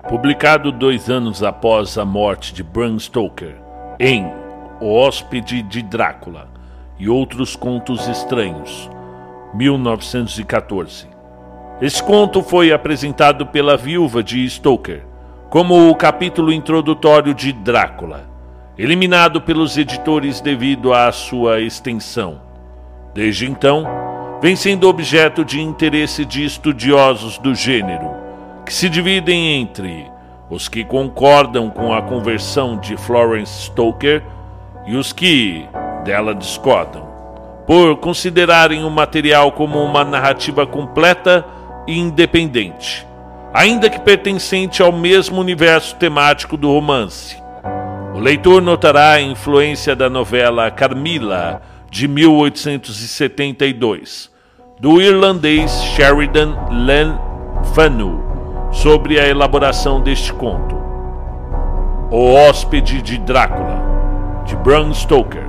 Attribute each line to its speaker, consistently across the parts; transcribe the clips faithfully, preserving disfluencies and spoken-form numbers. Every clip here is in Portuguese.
Speaker 1: Publicado dois anos após a morte de Bram Stoker, em O Hóspede de Drácula e Outros Contos Estranhos, mil novecentos e quatorze. Esse conto foi apresentado pela viúva de Stoker como o capítulo introdutório de Drácula, eliminado pelos editores devido à sua extensão. Desde então, vem sendo objeto de interesse de estudiosos do gênero, que se dividem entre os que concordam com a conversão de Florence Stoker e os que dela discordam, por considerarem o material como uma narrativa completa e independente, ainda que pertencente ao mesmo universo temático do romance. O leitor notará a influência da novela Carmilla, de mil oitocentos e setenta e dois, do irlandês Sheridan Le Fanu, sobre a elaboração deste conto. O Hóspede de Drácula, de Bram Stoker.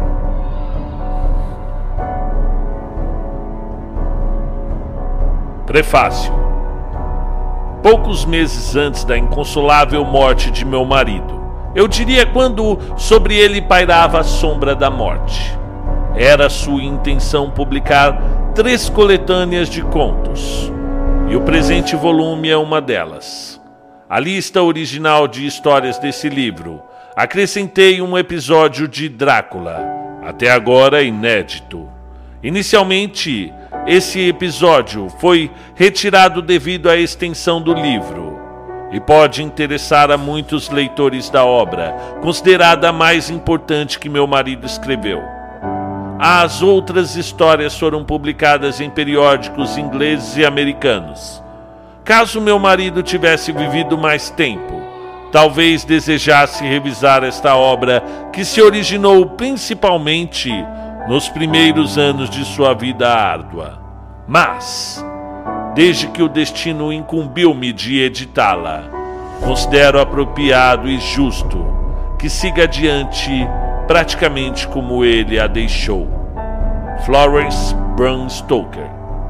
Speaker 1: Prefácio. Poucos meses antes da inconsolável morte de meu marido, eu diria quando sobre ele pairava a sombra da morte, era sua intenção publicar três coletâneas de contos, e o presente volume é uma delas. A lista original de histórias desse livro acrescentei um episódio de Drácula, até agora inédito. Inicialmente, esse episódio foi retirado devido à extensão do livro e pode interessar a muitos leitores da obra, considerada a mais importante que meu marido escreveu. As outras histórias foram publicadas em periódicos ingleses e americanos. Caso meu marido tivesse vivido mais tempo, talvez desejasse revisar esta obra que se originou principalmente nos primeiros anos de sua vida árdua. Mas, desde que o destino incumbiu-me de editá-la, considero apropriado e justo que siga adiante praticamente como ele a deixou. Florence Bram Stoker.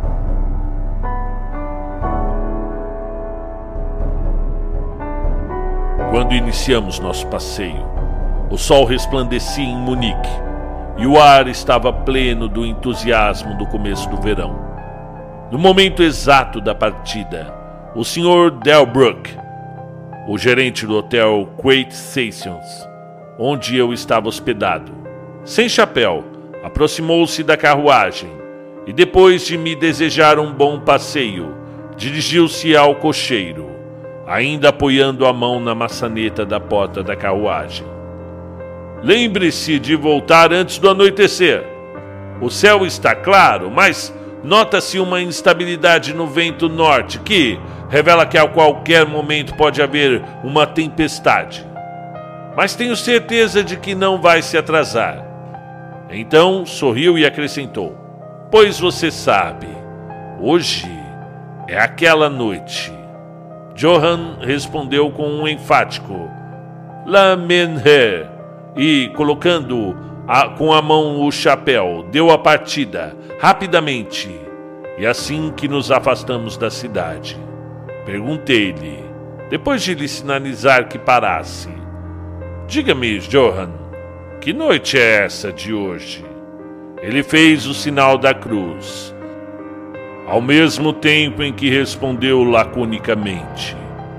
Speaker 1: Quando iniciamos nosso passeio, o sol resplandecia em Munique e o ar estava pleno do entusiasmo do começo do verão. No momento exato da partida, o senhor Delbruck, o gerente do hotel Quaid Sessions, onde eu estava hospedado, sem chapéu, aproximou-se da carruagem e, depois de me desejar um bom passeio, dirigiu-se ao cocheiro, ainda apoiando a mão na maçaneta da porta da carruagem. Lembre-se de voltar antes do anoitecer. O céu está claro, mas nota-se uma instabilidade no vento norte que revela que a qualquer momento pode haver uma tempestade. Mas tenho certeza de que não vai se atrasar. Então sorriu e acrescentou: pois você sabe, hoje é aquela noite. Johann respondeu com um enfático La Menher e, colocando a, com a mão o chapéu, deu a partida rapidamente. E assim que nos afastamos da cidade, perguntei-lhe, depois de lhe sinalizar que parasse: diga-me, Johann, que noite é essa de hoje? Ele fez o sinal da cruz, ao mesmo tempo em que respondeu laconicamente: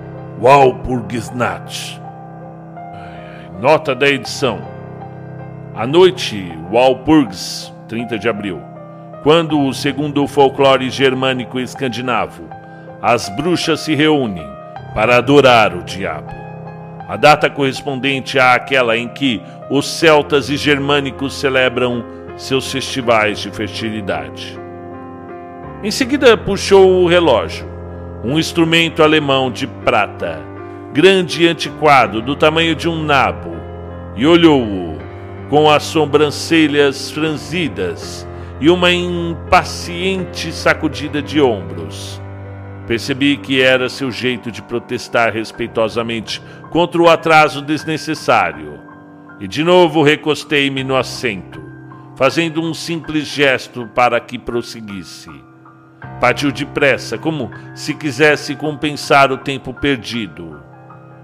Speaker 1: Walpurgisnacht. Nota da edição: a noite Walpurgis, trinta de abril, quando, segundo o folclore germânico e escandinavo, as bruxas se reúnem para adorar o diabo. A data correspondente àquela em que os celtas e germânicos celebram seus festivais de fertilidade. Em seguida puxou o relógio, um instrumento alemão de prata, grande e antiquado, do tamanho de um nabo, e olhou-o com as sobrancelhas franzidas e uma impaciente sacudida de ombros. Percebi que era seu jeito de protestar respeitosamente contra o atraso desnecessário, e de novo recostei-me no assento, fazendo um simples gesto para que prosseguisse. Partiu depressa, como se quisesse compensar o tempo perdido.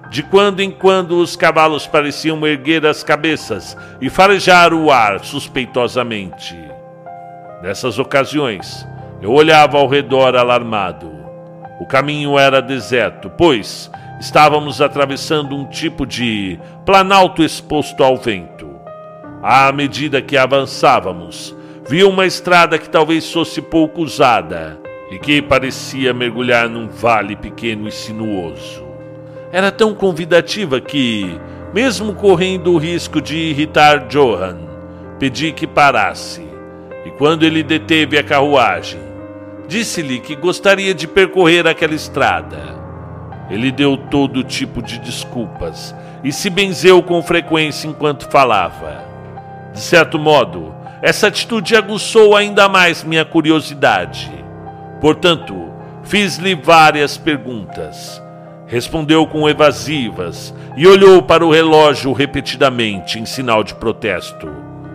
Speaker 1: De quando em quando os cavalos pareciam erguer as cabeças e farejar o ar suspeitosamente. Nessas ocasiões, eu olhava ao redor alarmado. O caminho era deserto, pois estávamos atravessando um tipo de planalto exposto ao vento. À medida que avançávamos, vi uma estrada que talvez fosse pouco usada e que parecia mergulhar num vale pequeno e sinuoso. Era tão convidativa que, mesmo correndo o risco de irritar Johann, pedi que parasse. E quando ele deteve a carruagem, disse-lhe que gostaria de percorrer aquela estrada. Ele deu todo tipo de desculpas e se benzeu com frequência enquanto falava. De certo modo, essa atitude aguçou ainda mais minha curiosidade. Portanto, fiz-lhe várias perguntas. Respondeu com evasivas e olhou para o relógio repetidamente em sinal de protesto.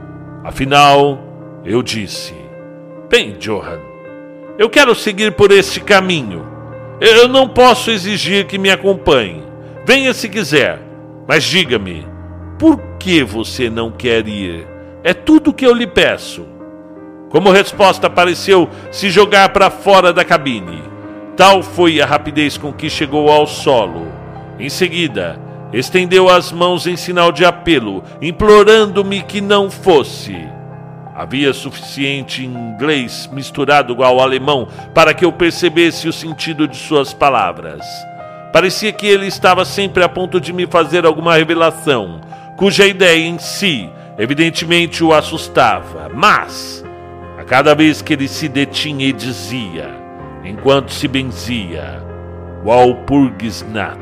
Speaker 1: Afinal, eu disse: Bem, Johann, eu quero seguir por este caminho. Eu não posso exigir que me acompanhe. Venha se quiser, mas diga-me, por que você não quer ir? É tudo o que eu lhe peço. Como resposta, pareceu se jogar para fora da cabine. Tal foi a rapidez com que chegou ao solo. Em seguida, estendeu as mãos em sinal de apelo, implorando-me que não fosse. Havia suficiente inglês misturado ao alemão para que eu percebesse o sentido de suas palavras. Parecia que ele estava sempre a ponto de me fazer alguma revelação, cuja ideia em si, evidentemente, o assustava. Mas, a cada vez que ele se detinha e dizia, enquanto se benzia, Walpurgisnacht.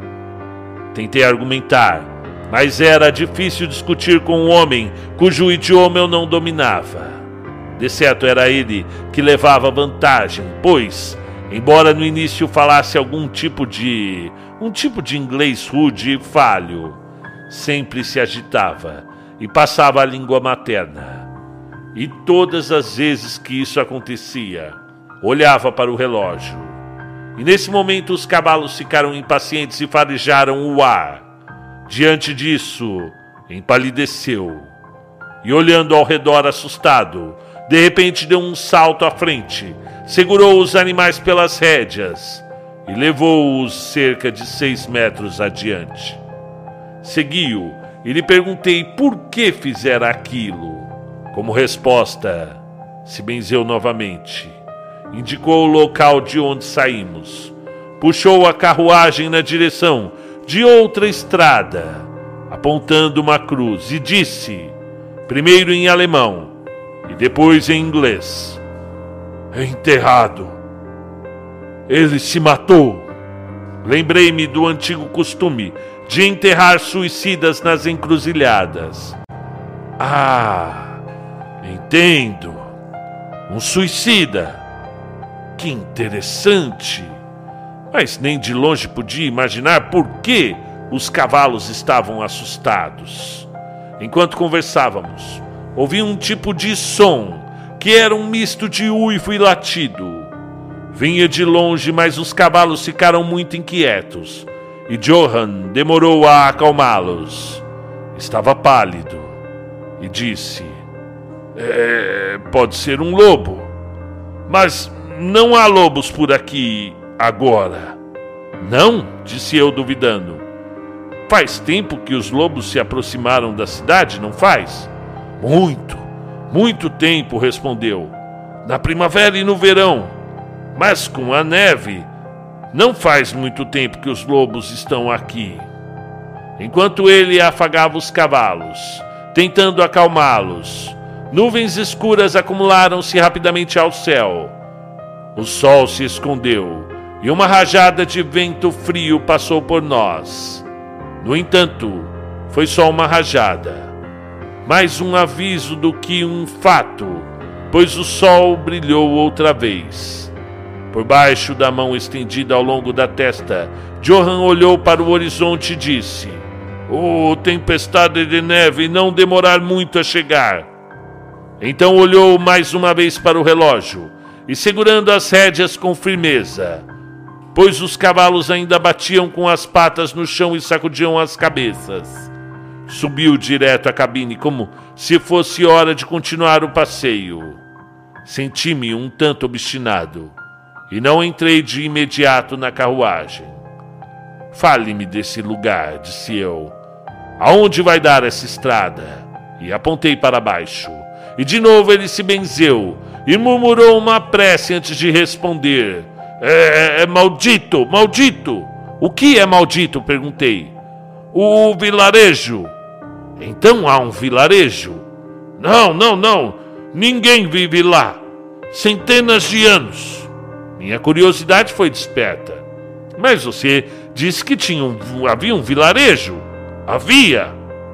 Speaker 1: Tentei argumentar, mas era difícil discutir com um homem cujo idioma eu não dominava. De certo, era ele que levava vantagem, pois, embora no início falasse algum tipo de... um tipo de inglês rude e falho, sempre se agitava e passava a língua materna. E todas as vezes que isso acontecia, olhava para o relógio. E nesse momento os cavalos ficaram impacientes e farejaram o ar. Diante disso, empalideceu. E olhando ao redor assustado, de repente deu um salto à frente, segurou os animais pelas rédeas e levou-os cerca de seis metros adiante. Segui-o e lhe perguntei por que fizera aquilo. Como resposta, se benzeu novamente. Indicou o local de onde saímos. Puxou a carruagem na direção de outra estrada, apontando uma cruz, e disse, primeiro em alemão e depois em inglês: enterrado. Ele se matou. Lembrei-me do antigo costume de enterrar suicidas nas encruzilhadas. Ah, entendo. Um suicida. Que interessante. Mas nem de longe podia imaginar por que os cavalos estavam assustados. Enquanto conversávamos, ouvi um tipo de som que era um misto de uivo e latido. Vinha de longe, mas os cavalos ficaram muito inquietos e Johann demorou a acalmá-los. Estava pálido e disse: é, pode ser um lobo, mas não há lobos por aqui agora. Não? Disse eu duvidando. Faz tempo que os lobos se aproximaram da cidade, não faz? Muito, muito tempo, respondeu. Na primavera e no verão. Mas com a neve, não faz muito tempo que os lobos estão aqui. Enquanto ele afagava os cavalos, tentando acalmá-los, nuvens escuras acumularam-se rapidamente ao céu. O sol se escondeu e uma rajada de vento frio passou por nós. No entanto, foi só uma rajada, mais um aviso do que um fato, pois o sol brilhou outra vez. Por baixo da mão estendida ao longo da testa, Johann olhou para o horizonte e disse: "Oh, tempestade de neve, não demorar muito a chegar." Então olhou mais uma vez para o relógio e, segurando as rédeas com firmeza, pois os cavalos ainda batiam com as patas no chão e sacudiam as cabeças. Subiu direto à cabine como se fosse hora de continuar o passeio. Senti-me um tanto obstinado e não entrei de imediato na carruagem. Fale-me desse lugar, disse eu. Aonde vai dar essa estrada? E apontei para baixo. E de novo ele se benzeu e murmurou uma prece antes de responder. É, é maldito, maldito. O que é maldito? Perguntei. O vilarejo. Então há um vilarejo? Não, não, não. Ninguém vive lá. Centenas de anos. Minha curiosidade foi desperta. Mas você disse que tinha um, havia um vilarejo. Havia.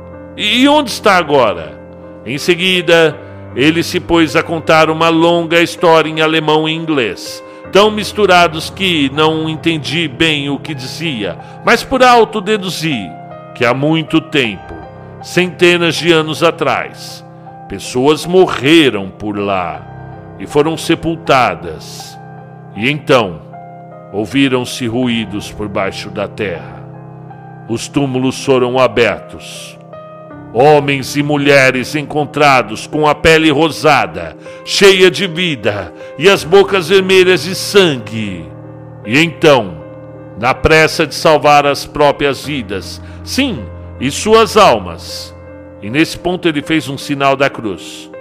Speaker 1: E onde está agora? Em seguida, ele se pôs a contar uma longa história em alemão e inglês, tão misturados que não entendi bem o que dizia, mas por alto deduzi que há muito tempo, centenas de anos atrás, pessoas morreram por lá e foram sepultadas. E então, ouviram-se ruídos por baixo da terra. Os túmulos foram abertos. Homens e mulheres encontrados com a pele rosada, cheia de vida, e as bocas vermelhas de sangue. E então, na pressa de salvar as próprias vidas, sim, e suas almas, e nesse ponto ele fez um sinal da cruz,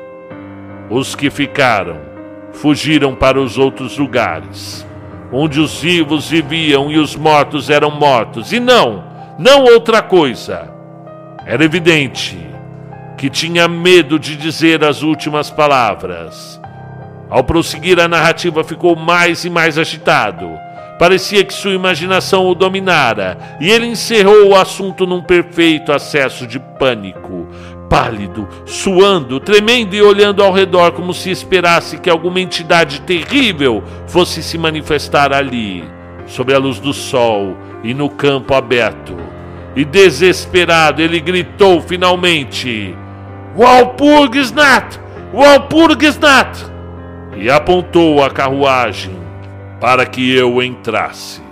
Speaker 1: os que ficaram fugiram para os outros lugares, onde os vivos viviam e os mortos eram mortos, e não, não outra coisa. Era evidente que tinha medo de dizer as últimas palavras. Ao prosseguir, a narrativa ficou mais e mais agitado. Parecia que sua imaginação o dominara, e ele encerrou o assunto num perfeito acesso de pânico, pálido, suando, tremendo e olhando ao redor como se esperasse que alguma entidade terrível fosse se manifestar ali, sob a luz do sol e no campo aberto. E desesperado, ele gritou finalmente: Walpurgisnacht! Walpurgisnacht! E apontou a carruagem para que eu entrasse.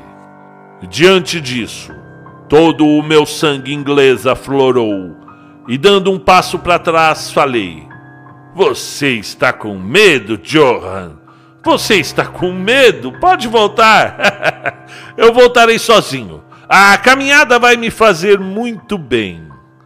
Speaker 1: Diante disso, todo o meu sangue inglês aflorou, e dando um passo para trás, falei: Você está com medo, Johann? Você está com medo? Pode voltar. Eu voltarei sozinho. A caminhada vai me fazer muito bem.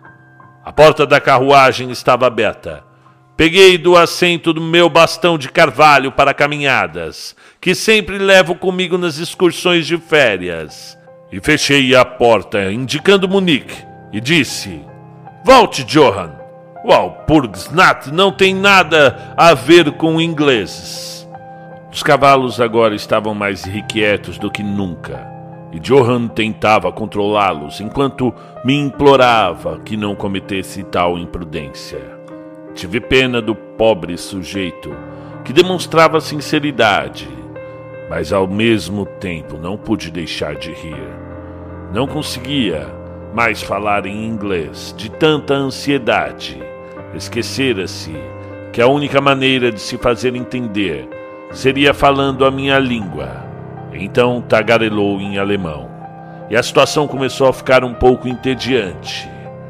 Speaker 1: A porta da carruagem estava aberta. Peguei do assento do meu bastão de carvalho para caminhadas, que sempre levo comigo nas excursões de férias, e fechei a porta, indicando Munique, e disse: Volte, Johann. Walpurgisnacht não tem nada a ver com ingleses. Os cavalos agora estavam mais irrequietos do que nunca, e Johann tentava controlá-los enquanto me implorava que não cometesse tal imprudência. Tive pena do pobre sujeito, que demonstrava sinceridade, mas ao mesmo tempo não pude deixar de rir. Não conseguia mais falar em inglês de tanta ansiedade. Esquecera-se que a única maneira de se fazer entender seria falando a minha língua. Então tagarelou em alemão, e a situação começou a ficar um pouco entediante.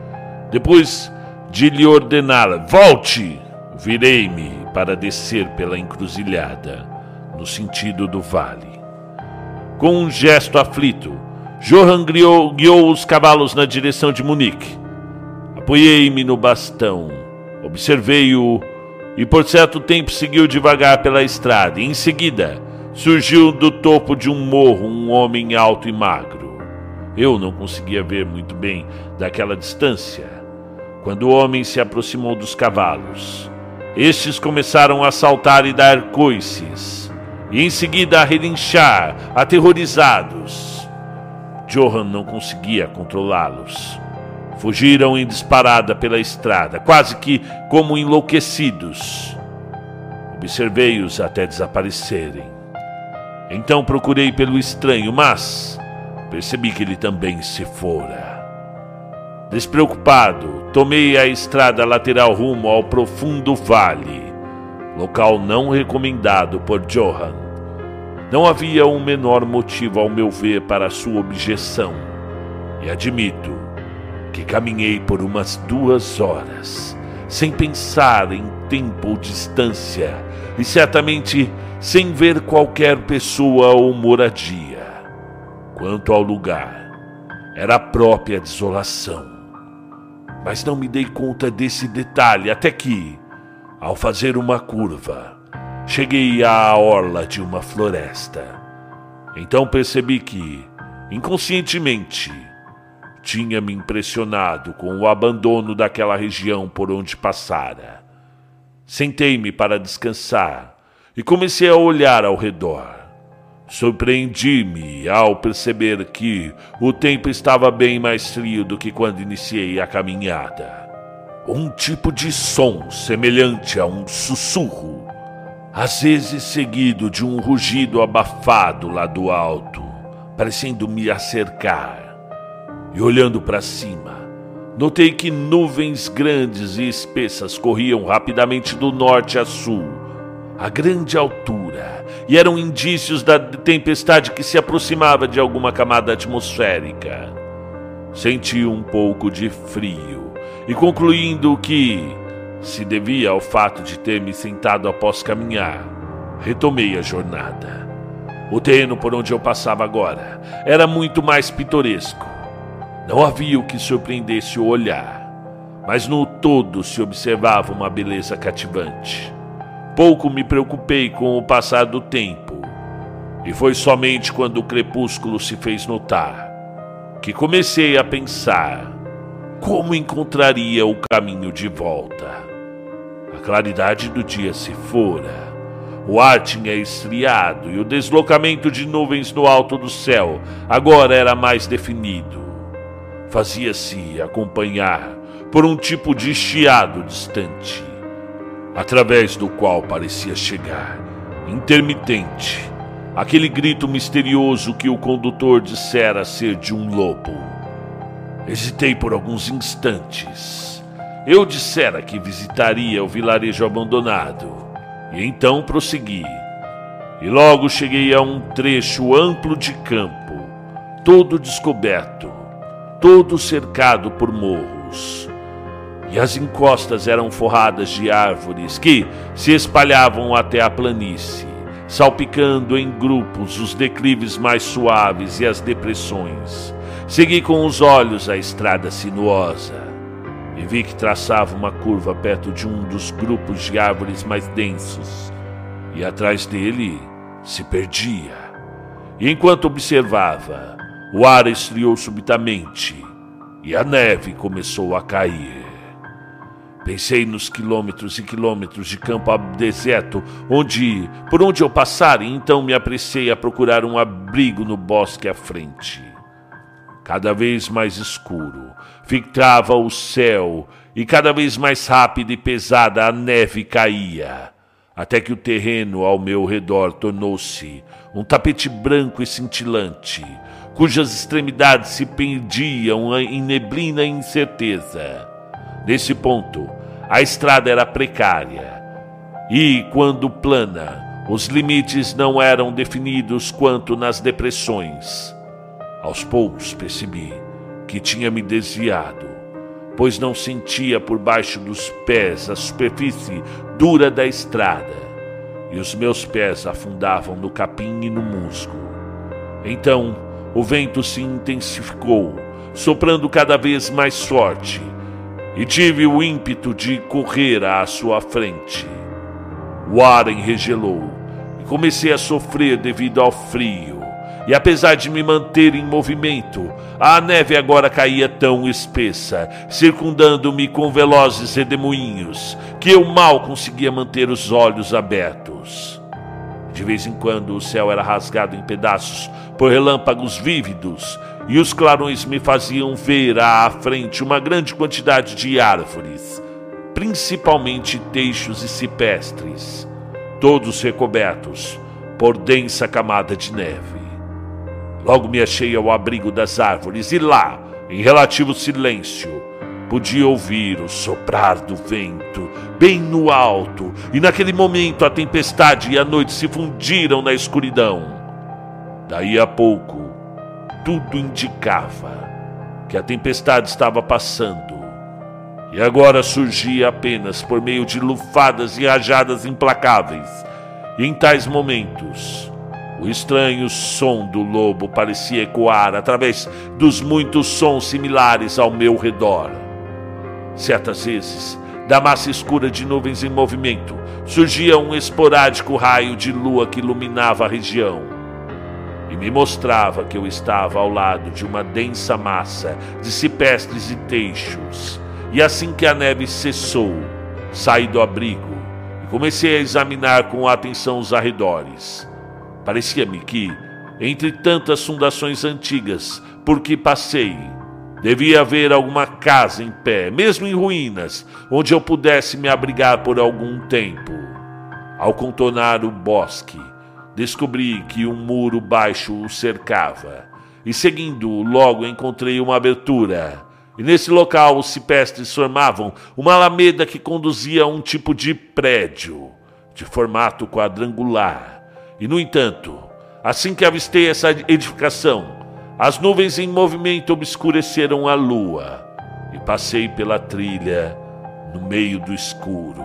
Speaker 1: Depois de lhe ordenar volte, virei-me para descer pela encruzilhada, no sentido do vale. Com um gesto aflito, Johann guiou, guiou os cavalos na direção de Munique. Apoiei-me no bastão, observei-o, e por certo tempo seguiu devagar pela estrada, e em seguida surgiu do topo de um morro um homem alto e magro. Eu não conseguia ver muito bem daquela distância. Quando o homem se aproximou dos cavalos, estes começaram a saltar e dar coices, e em seguida a relinchar, aterrorizados. Johann não conseguia controlá-los. Fugiram em disparada pela estrada, quase que como enlouquecidos. Observei-os até desaparecerem. Então procurei pelo estranho, mas percebi que ele também se fora. Despreocupado, tomei a estrada lateral rumo ao profundo vale, local não recomendado por Johann. Não havia o menor motivo, ao meu ver, para sua objeção, e admito que caminhei por umas duas horas, sem pensar em tempo ou distância, e certamente sem ver qualquer pessoa ou moradia. Quanto ao lugar, era a própria desolação. Mas não me dei conta desse detalhe até que, ao fazer uma curva, cheguei à orla de uma floresta. Então percebi que, inconscientemente, tinha me impressionado com o abandono daquela região por onde passara. Sentei-me para descansar e comecei a olhar ao redor. Surpreendi-me ao perceber que o tempo estava bem mais frio do que quando iniciei a caminhada. Um tipo de som semelhante a um sussurro, às vezes seguido de um rugido abafado lá do alto, parecendo me acercar. E olhando para cima, notei que nuvens grandes e espessas corriam rapidamente do norte a sul, a grande altura, e eram indícios da tempestade que se aproximava de alguma camada atmosférica. Senti um pouco de frio, e concluindo que se devia ao fato de ter me sentado após caminhar, retomei a jornada. O terreno por onde eu passava agora era muito mais pitoresco. Não havia o que surpreendesse o olhar, mas no todo se observava uma beleza cativante. Pouco me preocupei com o passar do tempo, e foi somente quando o crepúsculo se fez notar que comecei a pensar como encontraria o caminho de volta. A claridade do dia se fora, o ar tinha esfriado e o deslocamento de nuvens no alto do céu agora era mais definido. Fazia-se acompanhar por um tipo de chiado distante, através do qual parecia chegar, intermitente, aquele grito misterioso que o condutor dissera ser de um lobo. Hesitei por alguns instantes. Eu dissera que visitaria o vilarejo abandonado, e então prossegui. E logo cheguei a um trecho amplo de campo, todo descoberto, todo cercado por morros. E as encostas eram forradas de árvores que se espalhavam até a planície, salpicando em grupos os declives mais suaves e as depressões. Segui com os olhos a estrada sinuosa e vi que traçava uma curva perto de um dos grupos de árvores mais densos, e atrás dele se perdia. E enquanto observava, o ar esfriou subitamente e a neve começou a cair. Pensei nos quilômetros e quilômetros de campo deserto onde, por onde eu passara, e então me apressei a procurar um abrigo no bosque à frente. Cada vez mais escuro ficava o céu e cada vez mais rápida e pesada a neve caía, até que o terreno ao meu redor tornou-se um tapete branco e cintilante, cujas extremidades se perdiam em neblina e incerteza. Nesse ponto, a estrada era precária e, quando plana, os limites não eram definidos quanto nas depressões. Aos poucos percebi que tinha me desviado, pois não sentia por baixo dos pés a superfície dura da estrada, e os meus pés afundavam no capim e no musgo. Então, o vento se intensificou, soprando cada vez mais forte, e tive o ímpeto de correr à sua frente. O ar enregelou e comecei a sofrer devido ao frio, e apesar de me manter em movimento, a neve agora caía tão espessa, circundando-me com velozes redemoinhos, que eu mal conseguia manter os olhos abertos. De vez em quando o céu era rasgado em pedaços por relâmpagos vívidos, e os clarões me faziam ver à frente uma grande quantidade de árvores, principalmente teixos e cipestres, todos recobertos por densa camada de neve. Logo me achei ao abrigo das árvores e lá, em relativo silêncio, podia ouvir o soprar do vento bem no alto, e naquele momento a tempestade e a noite se fundiram na escuridão. Daí a pouco, tudo indicava que a tempestade estava passando, e agora surgia apenas por meio de lufadas e rajadas implacáveis. E em tais momentos, o estranho som do lobo parecia ecoar através dos muitos sons similares ao meu redor. Certas vezes, da massa escura de nuvens em movimento, surgia um esporádico raio de lua que iluminava a região e me mostrava que eu estava ao lado de uma densa massa de cipestres e teixos. E assim que a neve cessou, saí do abrigo e comecei a examinar com atenção os arredores. Parecia-me que, entre tantas fundações antigas por que passei, devia haver alguma casa em pé, mesmo em ruínas, onde eu pudesse me abrigar por algum tempo. Ao contornar o bosque, descobri que um muro baixo o cercava, e seguindo logo encontrei uma abertura. E nesse local os cipestres formavam uma alameda que conduzia a um tipo de prédio, de formato quadrangular. E, no entanto, assim que avistei essa edificação, as nuvens em movimento obscureceram a lua, e passei pela trilha no meio do escuro.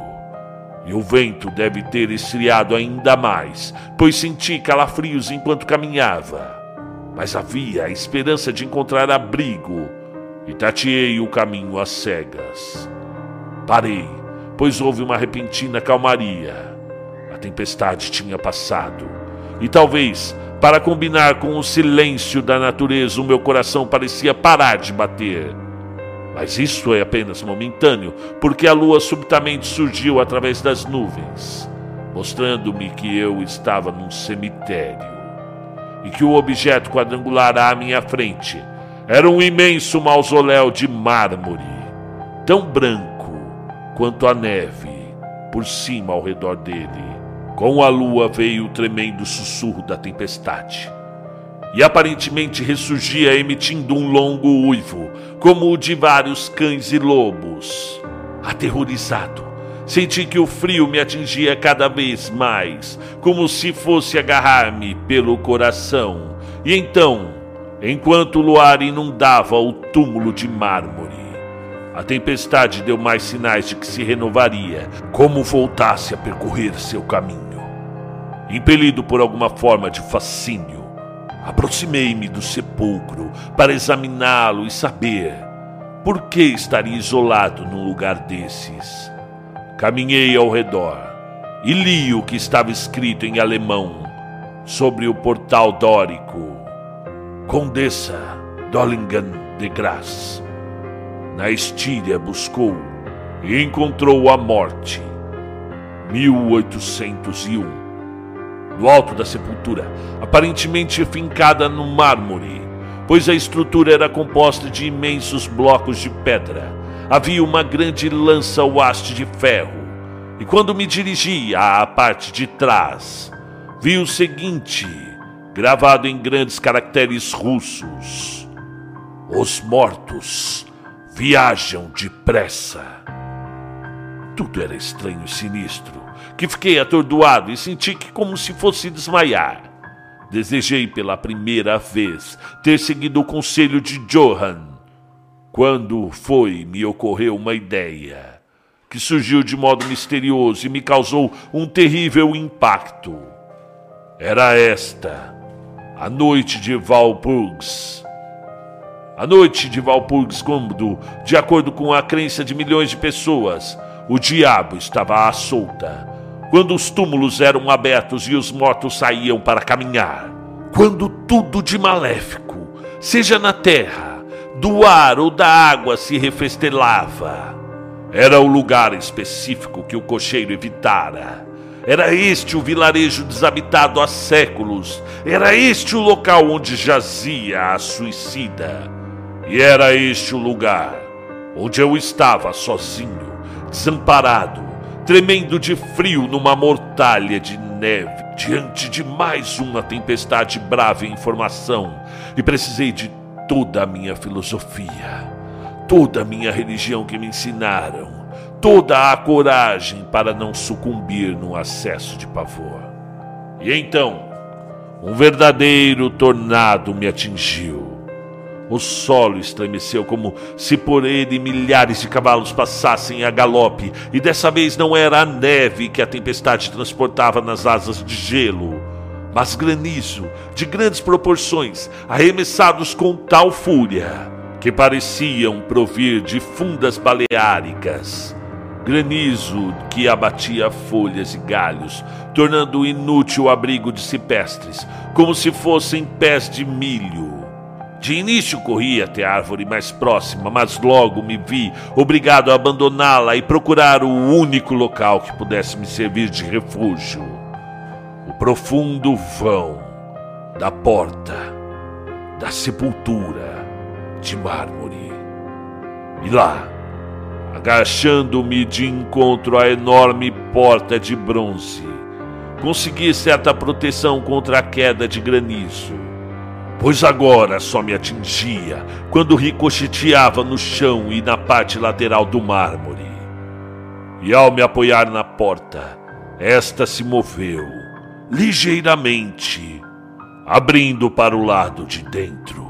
Speaker 1: E o vento deve ter esfriado ainda mais, pois senti calafrios enquanto caminhava. Mas havia a esperança de encontrar abrigo, e tateei o caminho às cegas. Parei, pois houve uma repentina calmaria. A tempestade tinha passado, e talvez, para combinar com o silêncio da natureza, o meu coração parecia parar de bater. Mas isso é apenas momentâneo, porque a lua subitamente surgiu através das nuvens, mostrando-me que eu estava num cemitério, e que o objeto quadrangular à minha frente era um imenso mausoléu de mármore, tão branco quanto a neve por cima ao redor dele. Com a lua veio o tremendo sussurro da tempestade, e aparentemente ressurgia emitindo um longo uivo, como o de vários cães e lobos. Aterrorizado, senti que o frio me atingia cada vez mais, como se fosse agarrar-me pelo coração. E então, enquanto o luar inundava o túmulo de mármore, a tempestade deu mais sinais de que se renovaria, como voltasse a percorrer seu caminho. Impelido por alguma forma de fascínio, aproximei-me do sepulcro para examiná-lo e saber por que estaria isolado num lugar desses. Caminhei ao redor e li o que estava escrito em alemão sobre o portal dórico: Condessa Dollingen de Grasse. Na Estíria buscou e encontrou a morte. mil oitocentos e um. Do alto da sepultura, aparentemente fincada no mármore, pois a estrutura era composta de imensos blocos de pedra, havia uma grande lança ou haste de ferro, e quando me dirigi à parte de trás, vi o seguinte, gravado em grandes caracteres russos: Os mortos viajam depressa. Tudo era estranho e sinistro, que fiquei atordoado e senti que como se fosse desmaiar. Desejei pela primeira vez ter seguido o conselho de Johann. Quando foi, me ocorreu uma ideia, que surgiu de modo misterioso e me causou um terrível impacto. Era esta, a noite de Walpurgis. A noite de Walpurgis, quando, de acordo com a crença de milhões de pessoas, o diabo estava à solta, quando os túmulos eram abertos e os mortos saíam para caminhar, quando tudo de maléfico, seja na terra, do ar ou da água, se refestelava. Era o lugar específico que o cocheiro evitara. Era este o vilarejo desabitado há séculos. Era este o local onde jazia a suicida. E era este o lugar onde eu estava sozinho, desamparado, tremendo de frio numa mortalha de neve, diante de mais uma tempestade brava em formação, e precisei de toda a minha filosofia, toda a minha religião que me ensinaram, toda a coragem para não sucumbir num acesso de pavor. E então, Um verdadeiro tornado me atingiu. O solo estremeceu como se por ele milhares de cavalos passassem a galope, e dessa vez não era a neve que a tempestade transportava nas asas de gelo, mas granizo de grandes proporções, arremessados com tal fúria que pareciam provir de fundas baleáricas. Granizo que abatia folhas e galhos, tornando inútil o abrigo de cipestres, como se fossem pés de milho. De início corri até a árvore mais próxima, mas logo me vi obrigado a abandoná-la e procurar o único local que pudesse me servir de refúgio: o profundo vão da porta da sepultura de mármore. E lá, agachando-me de encontro à enorme porta de bronze, consegui certa proteção contra a queda de granizo, pois agora só me atingia quando ricocheteava no chão e na parte lateral do mármore. E ao me apoiar na porta, esta se moveu ligeiramente, abrindo para o lado de dentro.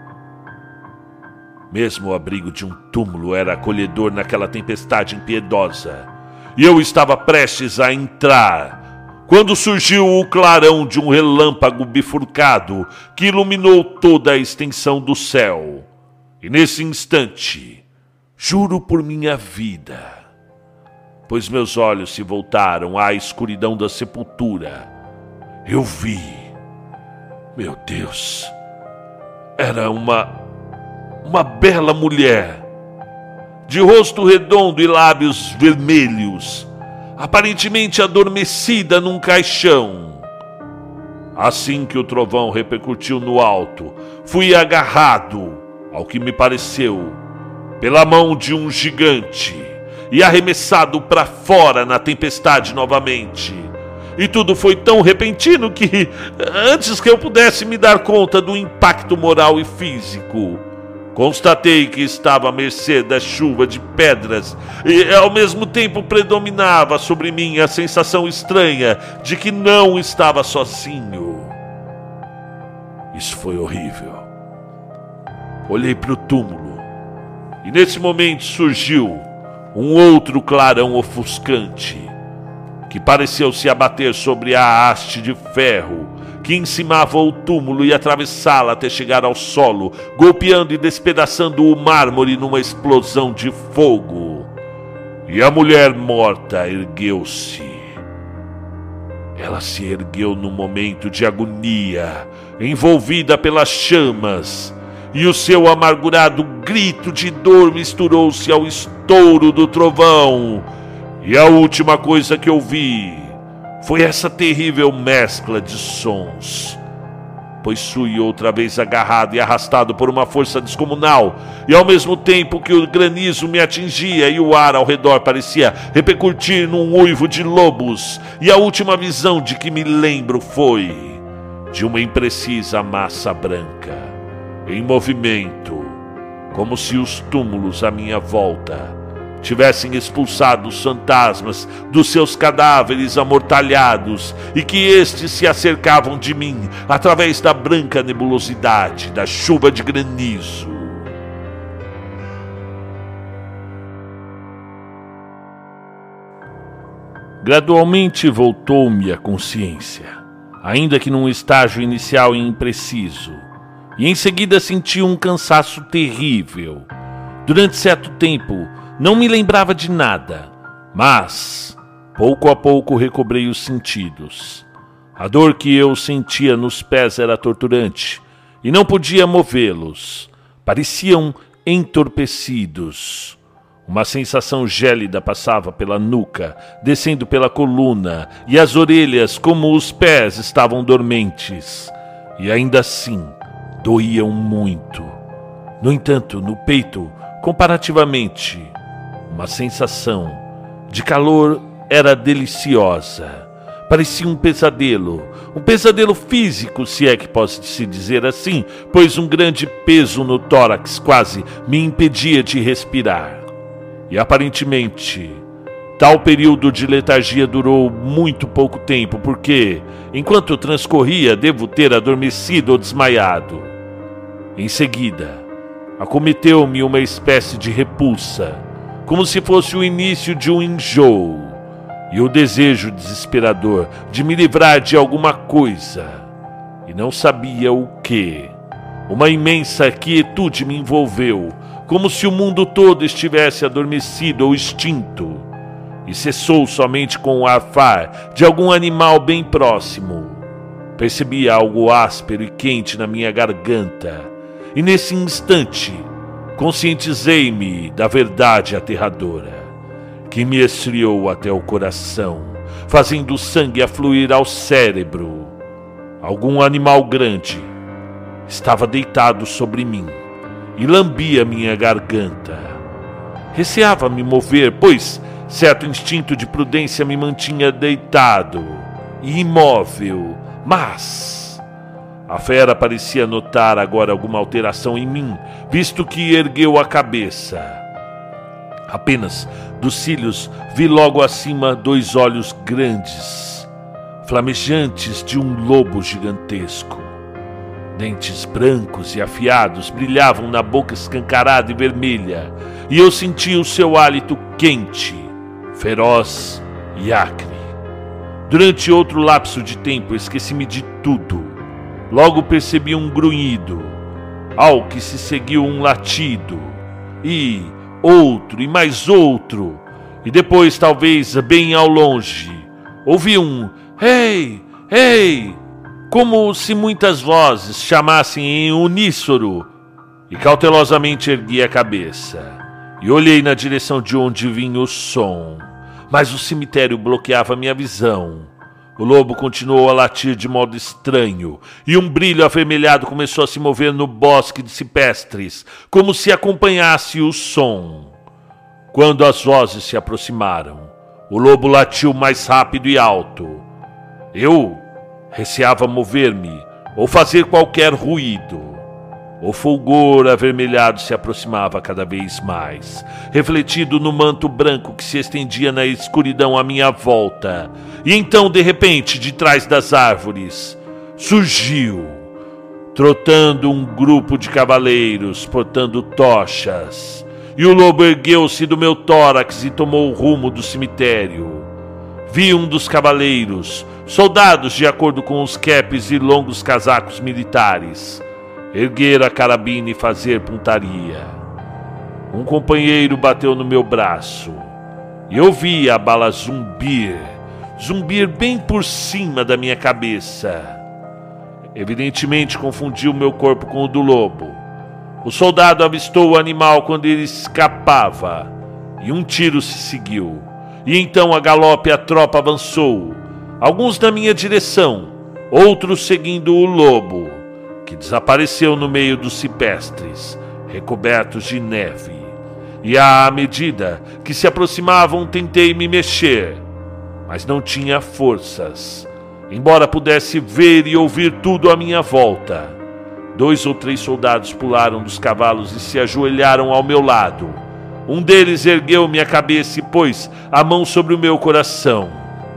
Speaker 1: Mesmo o abrigo de um túmulo era acolhedor naquela tempestade impiedosa, e eu estava prestes a entrar quando surgiu o clarão de um relâmpago bifurcado que iluminou toda a extensão do céu. E nesse instante, juro por minha vida, pois meus olhos se voltaram à escuridão da sepultura, eu vi, meu Deus, era uma, uma bela mulher, de rosto redondo e lábios vermelhos, aparentemente adormecida num caixão. Assim que o trovão repercutiu no alto, fui agarrado, ao que me pareceu, pela mão de um gigante e arremessado para fora na tempestade novamente. E tudo foi tão repentino que, antes que eu pudesse me dar conta do impacto moral e físico, constatei que estava à mercê da chuva de pedras e, ao mesmo tempo, predominava sobre mim a sensação estranha de que não estava sozinho. Isso foi horrível. Olhei para o túmulo e, nesse momento, surgiu um outro clarão ofuscante que pareceu se abater sobre a haste de ferro que encimava o túmulo e atravessá-la até chegar ao solo, golpeando e despedaçando o mármore numa explosão de fogo. E a mulher morta ergueu-se. Ela se ergueu num momento de agonia, envolvida pelas chamas, e o seu amargurado grito de dor misturou-se ao estouro do trovão. E a última coisa que eu vi foi essa terrível mescla de sons, pois fui outra vez agarrado e arrastado por uma força descomunal, e ao mesmo tempo que o granizo me atingia e o ar ao redor parecia repercutir num uivo de lobos, e a última visão de que me lembro foi de uma imprecisa massa branca, em movimento, como se os túmulos à minha volta tivessem expulsado os fantasmas dos seus cadáveres amortalhados e que estes se acercavam de mim através da branca nebulosidade da chuva de granizo. Gradualmente voltou-me a consciência, ainda que num estágio inicial e impreciso, e em seguida senti um cansaço terrível. Durante certo tempo, não me lembrava de nada, mas, pouco a pouco, recobrei os sentidos. A dor que eu sentia nos pés era torturante, e não podia movê-los. Pareciam entorpecidos. Uma sensação gélida passava pela nuca, descendo pela coluna, e as orelhas, como os pés, estavam dormentes. E ainda assim, doíam muito. No entanto, no peito, comparativamente, uma sensação de calor era deliciosa. Parecia um pesadelo, um pesadelo físico, se é que posso se dizer assim, pois um grande peso no tórax quase me impedia de respirar. E aparentemente, Tal período de letargia durou muito pouco tempo, porque, enquanto transcorria, devo ter adormecido ou desmaiado. Em seguida, acometeu-me uma espécie de repulsa, como se fosse o início de um enjoo, e o desejo desesperador de me livrar de alguma coisa, e não sabia o que. Uma imensa quietude me envolveu, como se o mundo todo estivesse adormecido ou extinto, e cessou somente com o arfar de algum animal bem próximo. Percebi algo áspero e quente na minha garganta, e nesse instante conscientizei-me da verdade aterradora, que me esfriou até o coração, fazendo o sangue afluir ao cérebro. Algum animal grande estava deitado sobre mim e lambia minha garganta. Receava me mover, pois certo instinto de prudência me mantinha deitado e imóvel, mas a fera parecia notar agora alguma alteração em mim, visto que ergueu a cabeça. Apenas dos cílios vi logo acima dois olhos grandes, flamejantes de um lobo gigantesco. Dentes brancos e afiados brilhavam na boca escancarada e vermelha, e eu sentia o seu hálito quente, feroz e acre. Durante outro lapso de tempo esqueci-me de tudo. Logo percebi um grunhido, ao que se seguiu um latido, e outro e mais outro, e depois, talvez bem ao longe, ouvi um "Ei, ei!", como se muitas vozes chamassem em uníssono, e cautelosamente ergui a cabeça e olhei na direção de onde vinha o som, mas o cemitério bloqueava minha visão. O lobo continuou a latir de modo estranho, e um brilho avermelhado começou a se mover no bosque de cipestres, como se acompanhasse o som. Quando as vozes se aproximaram, o lobo latiu mais rápido e alto. Eu receava mover-me ou fazer qualquer ruído. O fulgor avermelhado se aproximava cada vez mais, refletido no manto branco que se estendia na escuridão à minha volta. E então, de repente, de trás das árvores, surgiu, trotando um grupo de cavaleiros portando tochas. E o lobo ergueu-se do meu tórax e tomou o rumo do cemitério. Vi um dos cavaleiros, soldados de acordo com os capes e longos casacos militares, erguer a carabina e fazer pontaria. Um companheiro bateu no meu braço e eu vi a bala zumbir, zumbir bem por cima da minha cabeça. Evidentemente confundiu meu corpo com o do lobo. O soldado avistou o animal quando ele escapava e um tiro se seguiu. E então a galope a tropa avançou, alguns na minha direção, outros seguindo o lobo, que desapareceu no meio dos cipestres, recobertos de neve. E à medida que se aproximavam, tentei me mexer, mas não tinha forças, embora pudesse ver e ouvir tudo à minha volta. Dois ou três soldados pularam dos cavalos e se ajoelharam ao meu lado. Um deles ergueu minha cabeça e pôs a mão sobre o meu coração.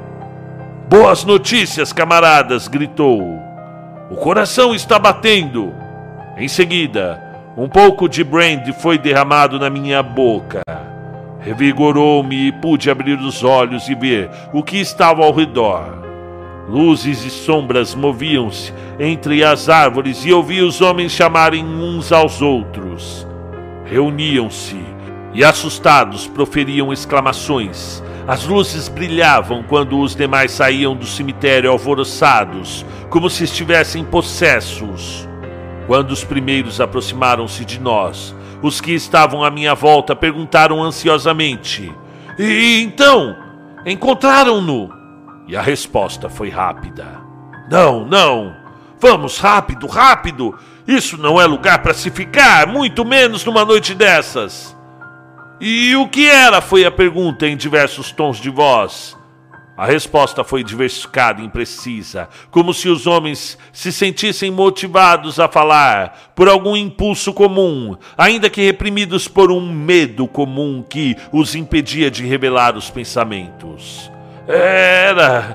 Speaker 1: "Boas notícias, camaradas!" gritou. "O coração está batendo!" Em seguida, um pouco de brandy foi derramado na minha boca. Revigorou-me e pude abrir os olhos e ver o que estava ao redor. Luzes e sombras moviam-se entre as árvores e ouvi os homens chamarem uns aos outros. Reuniam-se e, assustados, proferiam exclamações. As luzes brilhavam quando os demais saíam do cemitério alvoroçados, como se estivessem possessos. Quando os primeiros aproximaram-se de nós, os que estavam à minha volta perguntaram ansiosamente: "E então? Encontraram-no?" E a resposta foi rápida: "Não, não! Vamos, rápido, rápido! Isso não é lugar para se ficar, muito menos numa noite dessas!" "E o que era?" foi a pergunta em diversos tons de voz. A resposta foi diversificada e imprecisa, como se os homens se sentissem motivados a falar por algum impulso comum, ainda que reprimidos por um medo comum que os impedia de revelar os pensamentos. Era...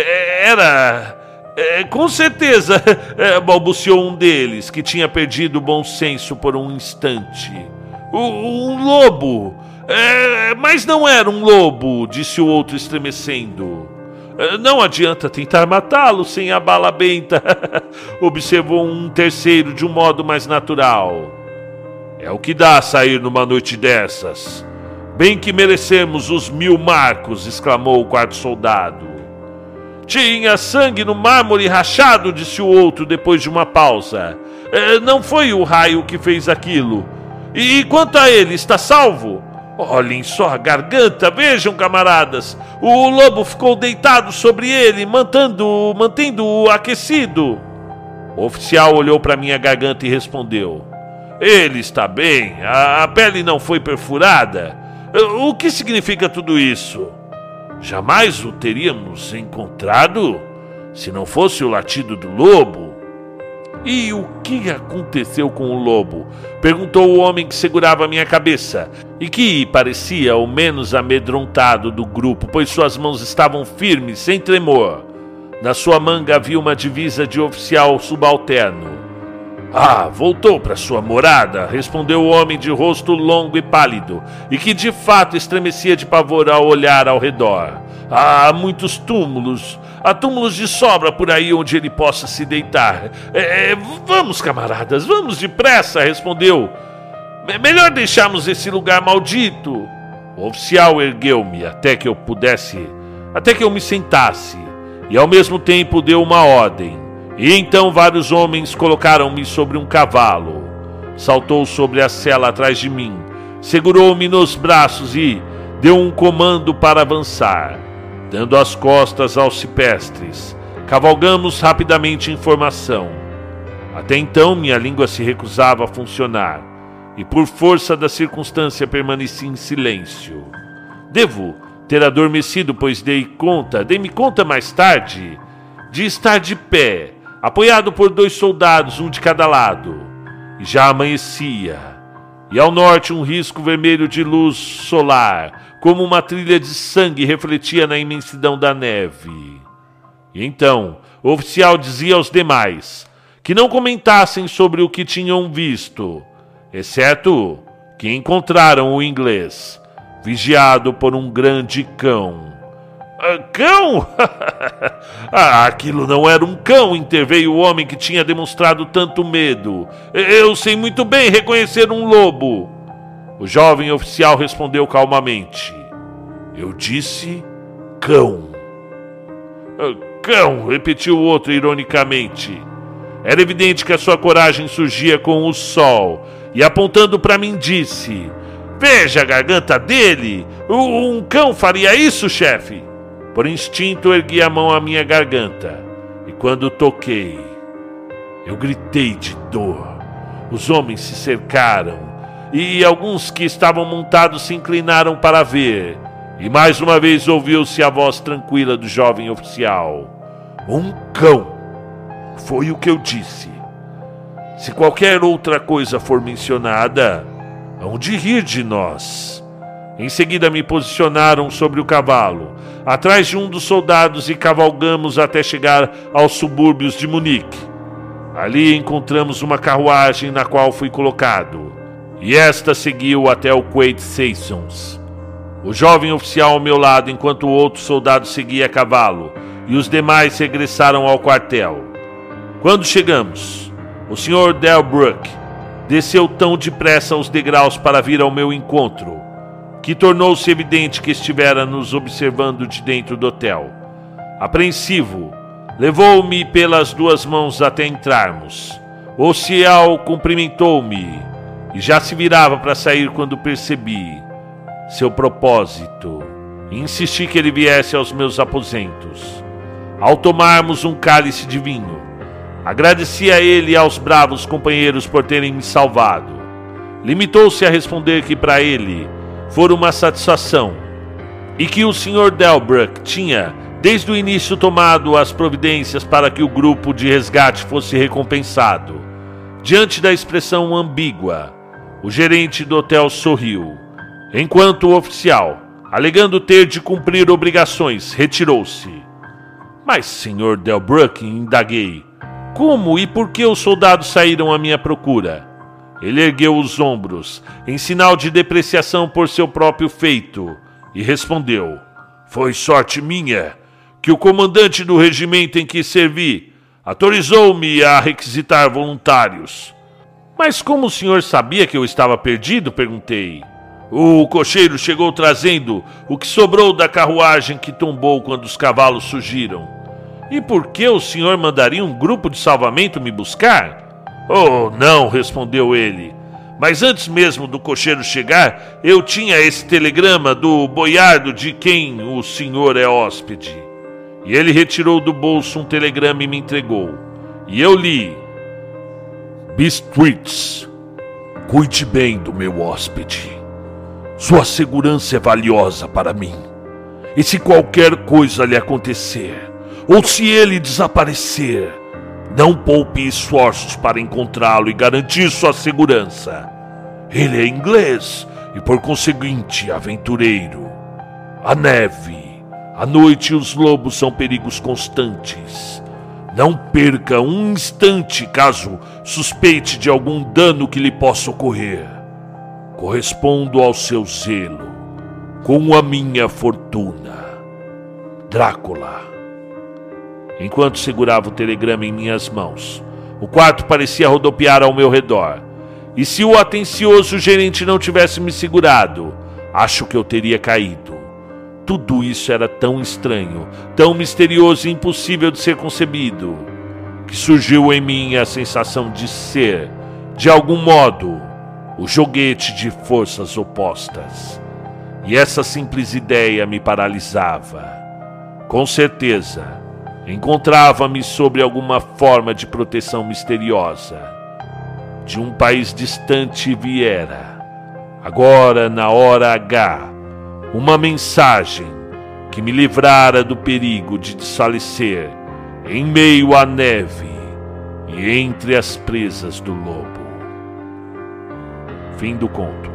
Speaker 1: era... É, com certeza, é, balbuciou um deles, que tinha perdido o bom senso por um instante. O, um lobo! É, mas não era um lobo, disse o outro estremecendo. É, não adianta tentar matá-lo sem a bala benta, observou um terceiro de um modo mais natural. É o que dá a sair numa noite dessas. Bem que merecemos os mil marcos, exclamou o quarto soldado. Tinha sangue no mármore rachado, disse o outro depois de uma pausa. É, não foi o raio que fez aquilo. E quanto a ele, está salvo? Olhem só a garganta, vejam, camaradas. O lobo ficou deitado sobre ele, mantendo, mantendo-o aquecido. O oficial olhou para minha garganta e respondeu. Ele está bem, a, a pele não foi perfurada. O que significa tudo isso? Jamais o teríamos encontrado se não fosse o latido do lobo. E o que aconteceu com o lobo? Perguntou o homem que segurava minha cabeça e que parecia o menos amedrontado do grupo, pois suas mãos estavam firmes, sem tremor. Na sua manga havia uma divisa de oficial subalterno. Ah, voltou para sua morada, respondeu o homem de rosto longo e pálido, e que de fato estremecia de pavor ao olhar ao redor. Há muitos túmulos, há túmulos de sobra por aí onde ele possa se deitar. É, vamos, camaradas, vamos depressa, respondeu. Melhor deixarmos esse lugar maldito. O oficial ergueu-me até que eu pudesse, até que eu me sentasse, e ao mesmo tempo deu uma ordem. E então vários homens colocaram-me sobre um cavalo. Saltou sobre a sela atrás de mim, segurou-me nos braços e deu um comando para avançar. Dando as costas aos cipestres, cavalgamos rapidamente em formação. Até então minha língua se recusava a funcionar, e por força da circunstância permaneci em silêncio. Devo ter adormecido, pois dei conta, dei-me conta mais tarde, de estar de pé, apoiado por dois soldados, um de cada lado. E já amanhecia, e ao norte um risco vermelho de luz solar, como uma trilha de sangue, refletia na imensidão da neve. E então o oficial dizia aos demais que não comentassem sobre o que tinham visto, exceto que encontraram o inglês, vigiado por um grande cão. Cão? Ah, aquilo não era um cão, interveio o homem que tinha demonstrado tanto medo. Eu sei muito bem reconhecer um lobo. O jovem oficial respondeu calmamente. Eu disse cão. Cão, repetiu o outro ironicamente. Era evidente que a sua coragem surgia com o sol, e apontando para mim disse: Veja a garganta dele! Um cão faria isso, chefe? Por instinto ergui a mão à minha garganta, e quando toquei, eu gritei de dor. Os homens se cercaram, e alguns que estavam montados se inclinaram para ver, e mais uma vez ouviu-se a voz tranquila do jovem oficial. Um cão! Foi o que eu disse. Se qualquer outra coisa for mencionada, hão de rir de nós. Em seguida me posicionaram sobre o cavalo, atrás de um dos soldados, e cavalgamos até chegar aos subúrbios de Munique. Ali encontramos uma carruagem na qual fui colocado, e esta seguiu até o Quaid Saisons. O jovem oficial ao meu lado, enquanto o outro soldado seguia a cavalo, e os demais regressaram ao quartel. Quando chegamos, o senhor Delbruck desceu tão depressa os degraus para vir ao meu encontro, que tornou-se evidente que estivera nos observando de dentro do hotel. Apreensivo, levou-me pelas duas mãos até entrarmos. O oficial cumprimentou-me e já se virava para sair quando percebi seu propósito e insisti que ele viesse aos meus aposentos. Ao tomarmos um cálice de vinho, agradeci a ele e aos bravos companheiros por terem me salvado. Limitou-se a responder que para ele fora uma satisfação, e que o senhor Delbruck tinha desde o início tomado as providências para que o grupo de resgate fosse recompensado. Diante da expressão ambígua, o gerente do hotel sorriu, enquanto o oficial, alegando ter de cumprir obrigações, retirou-se. Mas, senhor Delbruck, indaguei, como e por que os soldados saíram à minha procura? Ele ergueu os ombros, em sinal de depreciação por seu próprio feito, e respondeu: foi sorte minha que o comandante do regimento em que servi autorizou-me a requisitar voluntários. Mas como o senhor sabia que eu estava perdido? Perguntei. O cocheiro chegou trazendo o que sobrou da carruagem que tombou quando os cavalos surgiram. E por que o senhor mandaria um grupo de salvamento me buscar? Oh, não, respondeu ele. Mas antes mesmo do cocheiro chegar, eu tinha esse telegrama do boiardo de quem o senhor é hóspede. E ele retirou do bolso um telegrama e me entregou. E eu li: Bistritz, cuide bem do meu hóspede. Sua segurança é valiosa para mim. E se qualquer coisa lhe acontecer, ou se ele desaparecer, não poupe esforços para encontrá-lo e garantir sua segurança. Ele é inglês e, por conseguinte, aventureiro. A neve, a noite e os lobos são perigos constantes. Não perca um instante caso suspeite de algum dano que lhe possa ocorrer. Correspondo ao seu zelo, com a minha fortuna. Drácula. Enquanto segurava o telegrama em minhas mãos, o quarto parecia rodopiar ao meu redor. E se o atencioso gerente não tivesse me segurado, acho que eu teria caído. Tudo isso era tão estranho, tão misterioso e impossível de ser concebido, que surgiu em mim a sensação de ser, de algum modo, o joguete de forças opostas. E essa simples ideia me paralisava. Com certeza, encontrava-me sob alguma forma de proteção misteriosa. De um país distante viera, agora na hora H, uma mensagem que me livrara do perigo de desfalecer em meio à neve e entre as presas do lobo. Fim do conto.